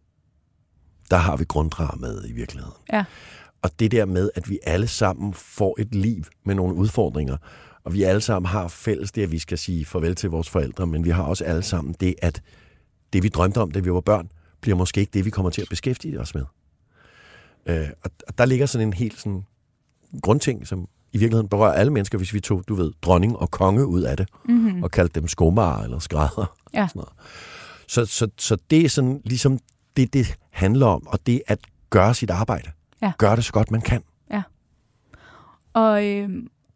Der har vi grunddramaet i virkeligheden. Ja. Og det der med, at vi alle sammen får et liv med nogle udfordringer, og vi alle sammen har fælles det, at vi skal sige farvel til vores forældre, men vi har også alle sammen det, at det, vi drømte om, da vi var børn, bliver måske ikke det, vi kommer til at beskæftige os med. Øh, og der ligger sådan en helt sådan grundting, som i virkeligheden berører alle mennesker, hvis vi tog, du ved, dronning og konge ud af det, mm-hmm. og kaldte dem skomager eller skrædder. Ja. Så, så, så det er sådan ligesom det, det handler om, og det at gøre sit arbejde. Ja. Gør det så godt, man kan. Ja. Og øh,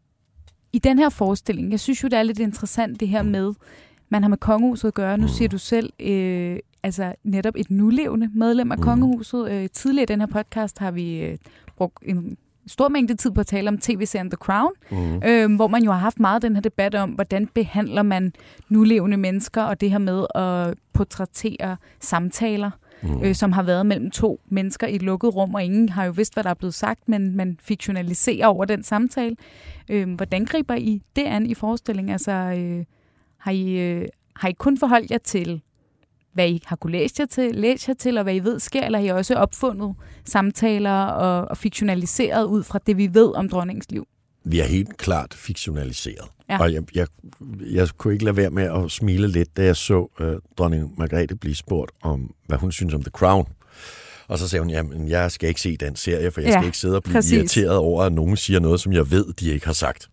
i den her forestilling, jeg synes jo, det er lidt interessant det her med, man har med kongehuset at gøre. Nu mm. siger du selv, øh, altså netop et nulevende medlem af mm. kongehuset. Øh, tidligere i den her podcast har vi øh, brugt en stor mængde tid på at tale om tv-serien The Crown, mm. øh, hvor man jo har haft meget den her debat om, hvordan behandler man nulevende mennesker, og det her med at portrættere samtaler, mm. øh, som har været mellem to mennesker i et lukket rum, og ingen har jo vidst, hvad der er blevet sagt, men man fiktionaliserer over den samtale. Øh, hvordan griber I det an i forestillingen? Altså, øh, har, I, øh, har I kun forholdt jer til, hvad I har kunne læse jer til, læse jer til, og hvad I ved sker, eller har I også opfundet samtaler og, og fiktionaliseret ud fra det, vi ved om dronningens liv? Vi er helt klart fiktionaliseret. Ja. Og jeg, jeg, jeg kunne ikke lade være med at smile lidt, da jeg så uh, dronning Margrethe blive spurgt om, hvad hun synes om The Crown. Og så sagde hun, jamen, jeg skal ikke se den serie, for jeg skal ja, ikke sidde og blive præcis. irriteret over, at nogen siger noget, som jeg ved, de ikke har sagt.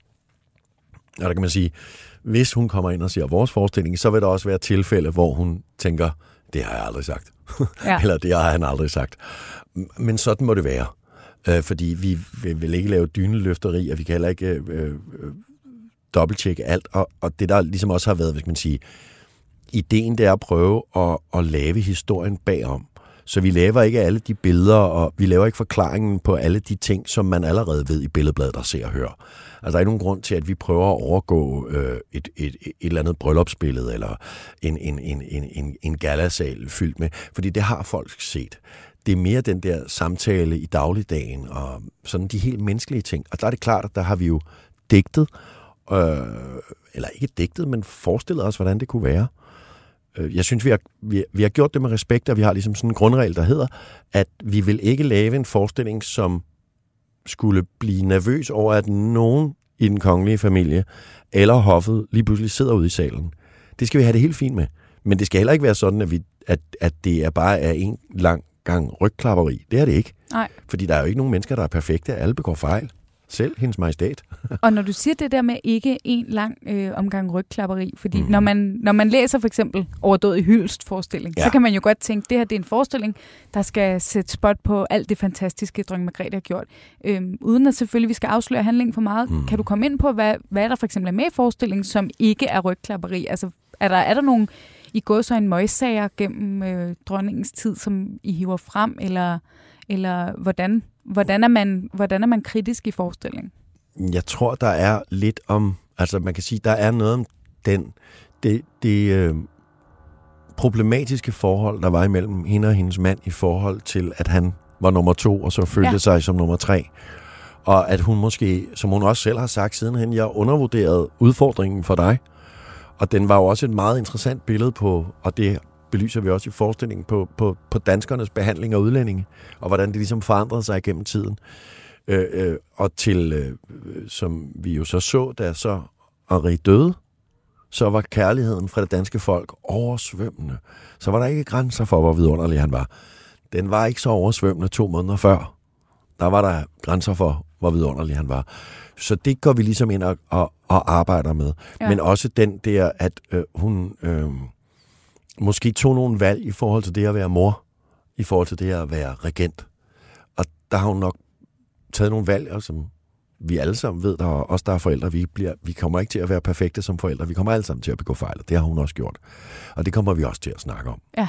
Og der kan man sige, hvis hun kommer ind og ser vores forestilling, så vil der også være tilfælde, hvor hun tænker, det har jeg aldrig sagt. Ja. Eller det har han aldrig sagt. Men sådan må det være. Øh, fordi vi vil ikke lave dyneløfteri, og vi kan heller ikke øh, øh, dobbelttjekke alt. Og, og det der ligesom også har været, hvis man siger, ideen det er at prøve at, at lave historien bagom. Så vi laver ikke alle de billeder, og vi laver ikke forklaringen på alle de ting, som man allerede ved i billedbladet, der ser og hører. Altså, der er ikke nogen grund til, at vi prøver at overgå øh, et, et, et eller andet bryllupsbillede, eller en, en, en, en, en galasal fyldt med, fordi det har folk set. Det er mere den der samtale i dagligdagen, og sådan de helt menneskelige ting. Og der er det klart, at der har vi jo digtet, øh, eller ikke digtet, men forestillet os, hvordan det kunne være. Jeg synes, vi har, vi, vi har gjort det med respekt, og vi har ligesom sådan en grundregel, der hedder, at vi vil ikke lave en forestilling, som skulle blive nervøs over, at nogen i den kongelige familie eller hoffet lige pludselig sidder ude i salen. Det skal vi have det helt fint med. Men det skal heller ikke være sådan, at, vi, at, at det er bare er en lang gang rygklapperi. Det er det ikke. Nej. Fordi der er jo ikke nogen mennesker, der er perfekte. Alle begår fejl. Selv hendes majestæt. Og når du siger det der med ikke en lang øh, omgang rygklapperi, fordi mm. når, man, når man læser for eksempel Overdådig Hyldest forestilling, ja. så kan man jo godt tænke, det her det er en forestilling, der skal sætte spot på alt det fantastiske, dronning Margrethe har gjort. Øhm, uden at selvfølgelig vi skal afsløre handlingen for meget, mm. kan du komme ind på, hvad, hvad der for eksempel er med i forestillingen, som ikke er rygklapperi? Altså, er der, er der nogle i går så en møgssager gennem øh, dronningens tid, som I hiver frem, eller, eller hvordan, hvordan, er man, hvordan er man kritisk i forestillingen? Jeg tror, der er lidt om, altså man kan sige, der er noget om den, det, det øh, problematiske forhold, der var imellem hende og hendes mand i forhold til, at han var nummer to, og så følte ja. sig som nummer tre. Og at hun måske, som hun også selv har sagt sidenhen, jeg undervurderede udfordringen for dig. Og den var jo også et meget interessant billede på, og det belyser vi også i forestillingen, på, på, på danskernes behandling af udlændinge, og hvordan det ligesom forandrede sig gennem tiden. Øh, øh, og til, øh, som vi jo så så, da så Henri døde, så var kærligheden fra det danske folk oversvømmende. Så var der ikke grænser for, hvor vidunderlig han var. Den var ikke så oversvømmende to måneder før. Der var der grænser for, hvor vidunderlig han var. Så det går vi ligesom ind og, og, og arbejder med. Ja. Men også den der, at øh, hun øh, måske tog nogle valg i forhold til det at være mor, i forhold til det at være regent. Og der har hun nok taget nogle valg, som vi alle sammen ved, der er os, der er forældre, vi, bliver, vi kommer ikke til at være perfekte som forældre. Vi kommer alle sammen til at begå fejl, og det har hun også gjort. Og det kommer vi også til at snakke om. Ja,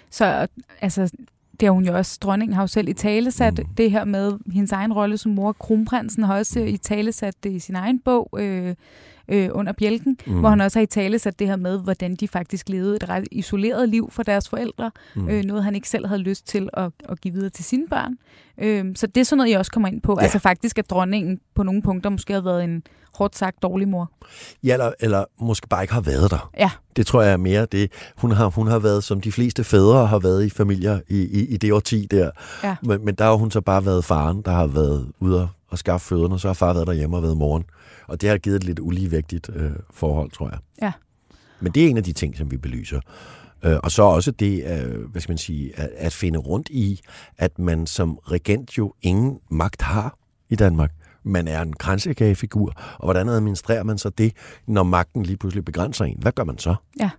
så altså, det har hun jo også, dronningen har jo selv i talesat mm. det her med hendes egen rolle som mor. Kronprinsen har også i talesat det i sin egen bog, øh, øh, Under bjælken, mm. hvor han også har i talesat det her med, hvordan de faktisk levede et ret isoleret liv for deres forældre. Mm. Øh, noget, han ikke selv havde lyst til at, at give videre til sine børn. Øh, så det er sådan noget, jeg også kommer ind på. Ja. Altså faktisk, at dronningen på nogle punkter måske har været en hårdt sagt dårlig mor. Ja, eller, eller måske bare ikke har været der. Ja. Det tror jeg er mere det. Hun har, hun har været, som de fleste fædre har været i familier i, i, i det årti der. Ja. Men, men der har hun så bare været faren, der har været ude og skaffe fødderne, og så har far været derhjemme og været moren. Og det har givet et lidt uligevægtigt øh, forhold, tror jeg. Ja. Men det er en af de ting, som vi belyser. Øh, og så også det, øh, hvad skal man sige, at, at finde rundt i, at man som regent jo ingen magt har i Danmark. Man er en kransekagefigur, og hvordan administrerer man så det, når magten lige pludselig begrænser en? Hvad gør man så? Ja.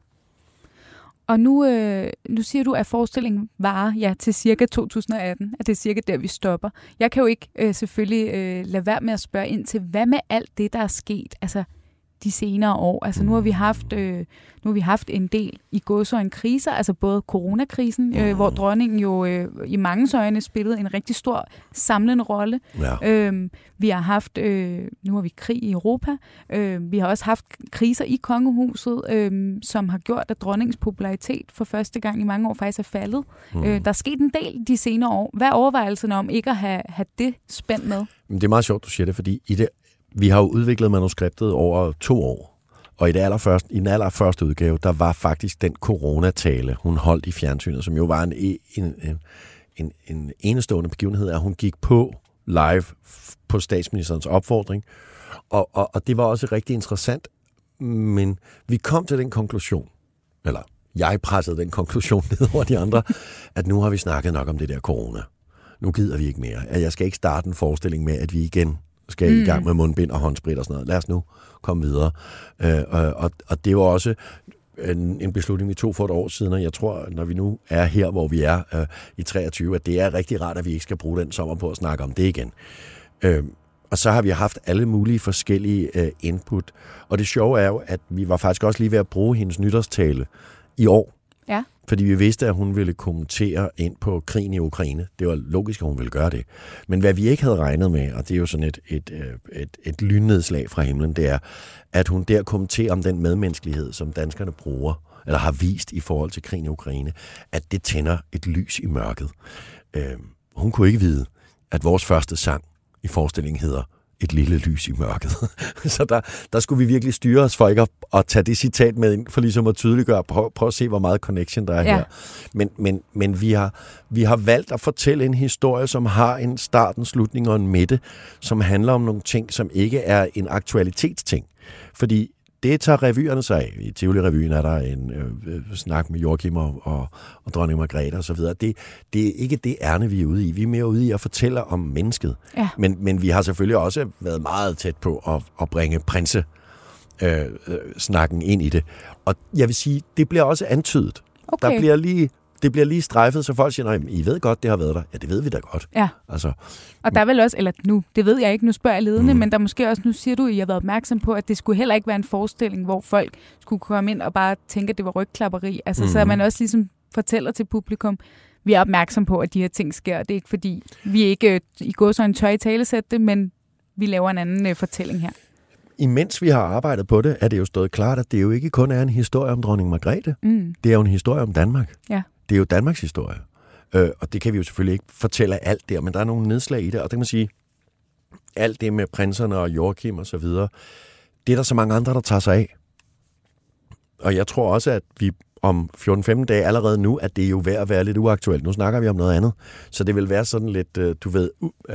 Og nu, øh, nu siger du, at forestillingen varer ja, til cirka to tusind og atten, at det er cirka der, vi stopper. Jeg kan jo ikke øh, selvfølgelig øh, lade være med at spørge ind til, hvad med alt det, der er sket altså, de senere år? Altså nu har vi haft, øh, nu har vi haft en del i gåseøjne kriser, altså både coronakrisen, øh, hvor dronningen jo øh, i mange øjne spillede en rigtig stor samlende rolle. Ja. Øh, vi har haft, øh, nu har vi krig i Europa, øh, vi har også haft kriser i kongehuset, øh, som har gjort, at dronningens popularitet for første gang i mange år faktisk er faldet. Mm. Øh, der er sket en del de senere år. Hvad er overvejelserne om ikke at have, have det spændt med? Det er meget sjovt, du siger det, fordi i det vi har jo udviklet manuskriptet over to år, og i, det allerførste, i den allerførste udgave, der var faktisk den coronatale, hun holdt i fjernsynet, som jo var en, en, en, en, en enestående begivenhed, at hun gik på live på statsministerens opfordring, og, og, og det var også rigtig interessant, men vi kom til den konklusion, eller jeg pressede den konklusion ned over de andre, at nu har vi snakket nok om det der corona. Nu gider vi ikke mere. Jeg skal ikke starte en forestilling med, at vi igen skal mm. i gang med mundbind og håndsprit og sådan noget. Lad os nu komme videre. Øh, og, og det var også en, en beslutning, vi tog for et år siden, og jeg tror, når vi nu er her, hvor vi er øh, i treogtyve, at det er rigtig rart, at vi ikke skal bruge den sommer på at snakke om det igen. Øh, og så har vi haft alle mulige forskellige øh, input. Og det sjove er jo, at vi var faktisk også lige ved at bruge hendes nytårstale i år. Ja. Fordi vi vidste, at hun ville kommentere ind på krigen i Ukraine. Det var logisk, at hun ville gøre det. Men hvad vi ikke havde regnet med, og det er jo sådan et, et, et, et lynnedslag fra himlen, det er, at hun der kommenterer om den medmenneskelighed, som danskerne bruger, eller har vist i forhold til krigen i Ukraine, at det tænder et lys i mørket. Øh, hun kunne ikke vide, at vores første sang i forestillingen hedder Et lille lys i mørket. Så der, der skulle vi virkelig styre os for ikke at, at tage det citat med ind, for ligesom at tydeliggøre, prøv, prøv at se, hvor meget connection der er ja. her. Men, men, men vi, har, vi har valgt at fortælle en historie, som har en start, en slutning og en midte, som handler om nogle ting, som ikke er en aktualitetsting. Fordi det tager revyerne sig af. I Tivoli-revyen er der en øh, snak med Joachim og, og, og dronning Margrethe og så videre. Det, det er ikke det ærne, vi er ude i. Vi er mere ude i at fortælle om mennesket. Ja. Men, men vi har selvfølgelig også været meget tæt på at, at bringe prinse øh, øh, snakken ind i det. Og jeg vil sige, det bliver også antydet. Okay. Der bliver lige det bliver lige strejfet, så folk siger, nej, I ved godt, det har været der. Ja, det ved vi da godt. Ja. Altså, og der er vel også, eller nu, det ved jeg ikke, nu spørger jeg ledende, mm. men der måske også, nu siger du, at I har været opmærksom på, at det skulle heller ikke være en forestilling, hvor folk skulle komme ind og bare tænke, at det var rygklapperi. Altså, mm. så man også ligesom fortæller til publikum, vi er opmærksom på, at de her ting sker. Det er ikke fordi, vi ikke i går så en tør i talesætte det, men vi laver en anden øh, fortælling her. Imens vi har arbejdet på det, er det jo stået klart, at det jo ikke kun er en historie om dronning Margrethe. Mm. Det er jo en historie om Danmark. Ja. Det er jo Danmarks historie. Øh, og det kan vi jo selvfølgelig ikke fortælle alt der, men der er nogle nedslag i det, og det kan man sige, alt det med prinserne og Joachim og så videre, det er der så mange andre, der tager sig af. Og jeg tror også, at vi om fjorten femten dage allerede nu, at det er jo værd at være lidt uaktuelt. Nu snakker vi om noget andet. Så det vil være sådan lidt, du ved, uh, uh,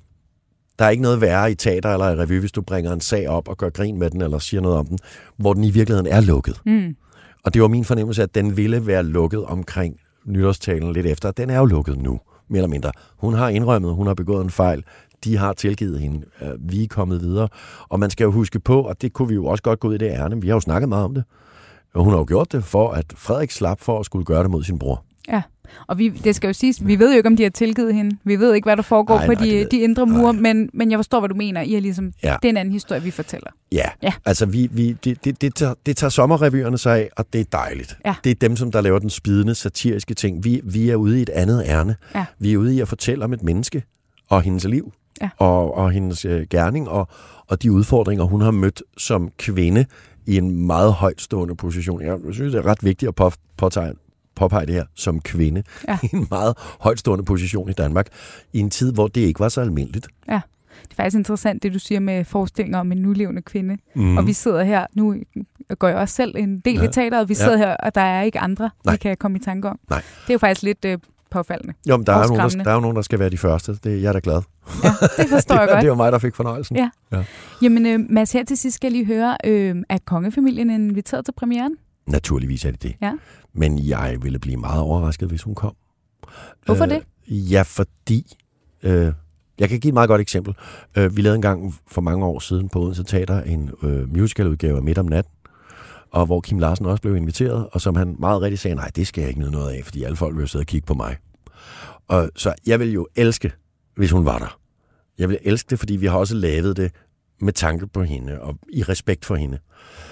der er ikke noget værre i teater eller i revy, hvis du bringer en sag op og gør grin med den, eller siger noget om den, hvor den i virkeligheden er lukket. Mm. Og det var min fornemmelse, at den ville være lukket omkring nytårstalen lidt efter. Den er jo lukket nu, mere eller mindre. Hun har indrømmet, hun har begået en fejl. De har tilgivet hende. Vi er kommet videre. Og man skal jo huske på, og det kunne vi jo også godt gå ud i det ærne, vi har jo snakket meget om det. Og hun har jo gjort det for, at Frederik slap for at skulle gøre det mod sin bror. Ja, og vi, det skal jo siges, vi ved jo ikke, om de har tilgivet hende. Vi ved ikke, hvad der foregår nej, på nej, de, de indre mure, men, men jeg forstår, hvad du mener. I er ligesom, ja. Det er en anden historie, vi fortæller. Ja, ja. altså vi, vi, det, det, det, tager, det tager sommerrevyerne sig af, og det er dejligt. Ja. Det er dem, som der laver den spidende, satiriske ting. Vi, vi er ude i et andet ærne. Ja. Vi er ude i at fortælle om et menneske og hendes liv. Ja. Og, og hendes øh, gerning og, og de udfordringer, hun har mødt som kvinde i en meget højtstående position. Jeg synes, det er ret vigtigt at på, påtage, påpege det her som kvinde. Ja. I en meget højtstående position i Danmark, i en tid, hvor det ikke var så almindeligt. Ja, det er faktisk interessant, det du siger med forestillinger om en nulevende kvinde. Mm. Og vi sidder her, nu går jeg også selv en del ja. i teateret, vi sidder ja. her, og der er ikke andre, Nej. vi kan komme i tanke om. Nej. Det er jo faktisk lidt... Øh, påfaldende. Jo, men der er, nogen, der, der er jo nogen, der skal være de første. Det er jeg da glad. Ja, det forstår jeg det, godt. Det var mig, der fik fornøjelsen. Ja. Ja. Jamen, øh, Mads, her til sidst skal jeg lige høre, øh, er kongefamilien inviteret til premieren? Naturligvis er det det. Ja. Men jeg ville blive meget overrasket, hvis hun kom. Hvorfor øh, det? Ja, fordi... Øh, jeg kan give et meget godt eksempel. Øh, vi lavede engang for mange år siden på Odense Teater en øh, musicaludgave af Midt om natten, og hvor Kim Larsen også blev inviteret, og som han meget rigtig sagde, nej, det skal jeg ikke nyde noget af, fordi alle folk vil jo sidde og kigge på mig. Og så jeg vil jo elske, hvis hun var der. Jeg vil elske det, fordi vi har også lavet det med tanke på hende, og i respekt for hende.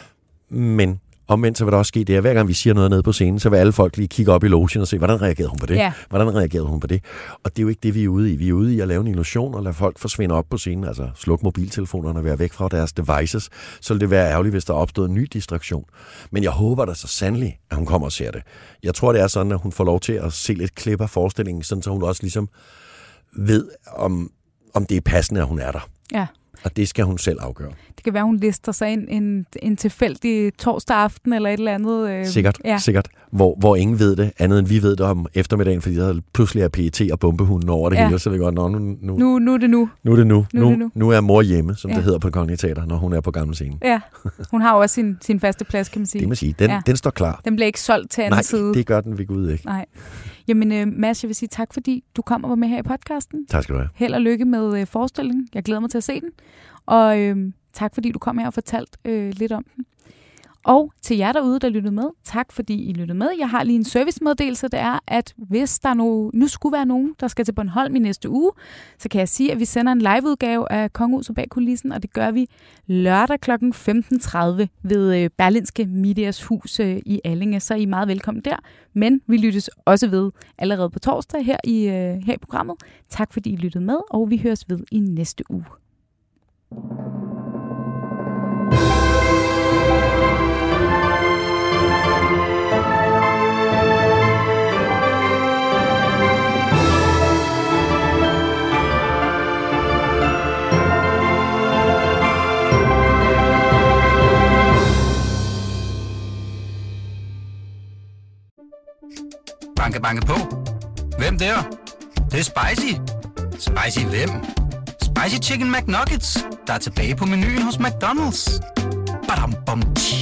Men omvendt så vil der også ske det, at hver gang vi siger noget nede på scenen, så vil alle folk lige kigge op i logen og se, hvordan reagerede hun på det? Ja. Hvordan reagerede hun på det? Og det er jo ikke det, vi er ude i. Vi er ude i at lave en illusion og lade folk forsvinde op på scenen, altså slukke mobiltelefonerne og være væk fra deres devices. Så vil det være ærgerligt, hvis der opstår en ny distraktion. Men jeg håber da så sandelig, at hun kommer og ser det. Jeg tror, det er sådan, at hun får lov til at se lidt klip af forestillingen, sådan så hun også ligesom ved, om, om det er passende, at hun er der. Ja. Og det skal hun selv afgøre. Det kan være, hun lister sig ind en, en tilfældig torsdag aften eller et eller andet. Øh, sikkert, ja. sikkert. Hvor, hvor ingen ved det, andet end vi ved det om eftermiddagen, fordi der pludselig er P E T og bombehunden over det ja. hele, så vi godt, nå, nu, nu, nu, nu er det nu. Nu er det nu. Nu, nu, det nu. nu er mor hjemme, som ja. det hedder på Det Kongelige Teater, når hun er på gamle scene. Ja, hun har jo også sin, sin faste plads, kan man sige. Det må sige. Den, ja. den står klar. Den bliver ikke solgt til anden Nej, side. Nej, det gør den ved Gud ikke. Nej. Jamen, øh, Mads, jeg vil sige tak, fordi du kom og var med her i podcasten. Tak skal du have. Held og lykke med øh, forestillingen. Jeg glæder mig til at se den. Og øh, tak, fordi du kom her og fortalte øh, lidt om den. Og til jer derude, der lyttede med, tak fordi I lyttede med. Jeg har lige en servicemeddelelse, det er, at hvis der nu, nu skulle være nogen, der skal til Bornholm i næste uge, så kan jeg sige, at vi sender en liveudgave af Kongehuset bag kulissen, og det gør vi lørdag klokken femten tredive ved Berlinske Medias Hus i Allinge, så I er meget velkommen der. Men vi lyttes også ved allerede på torsdag her i, her i programmet. Tak fordi I lyttede med, og vi høres ved i næste uge. Banke, banke på. Hvem der? Det, det er spicy. Spicy hvem? Spicy Chicken McNuggets, der er tilbage på menuen hos McDonald's. Badum, bom, tji.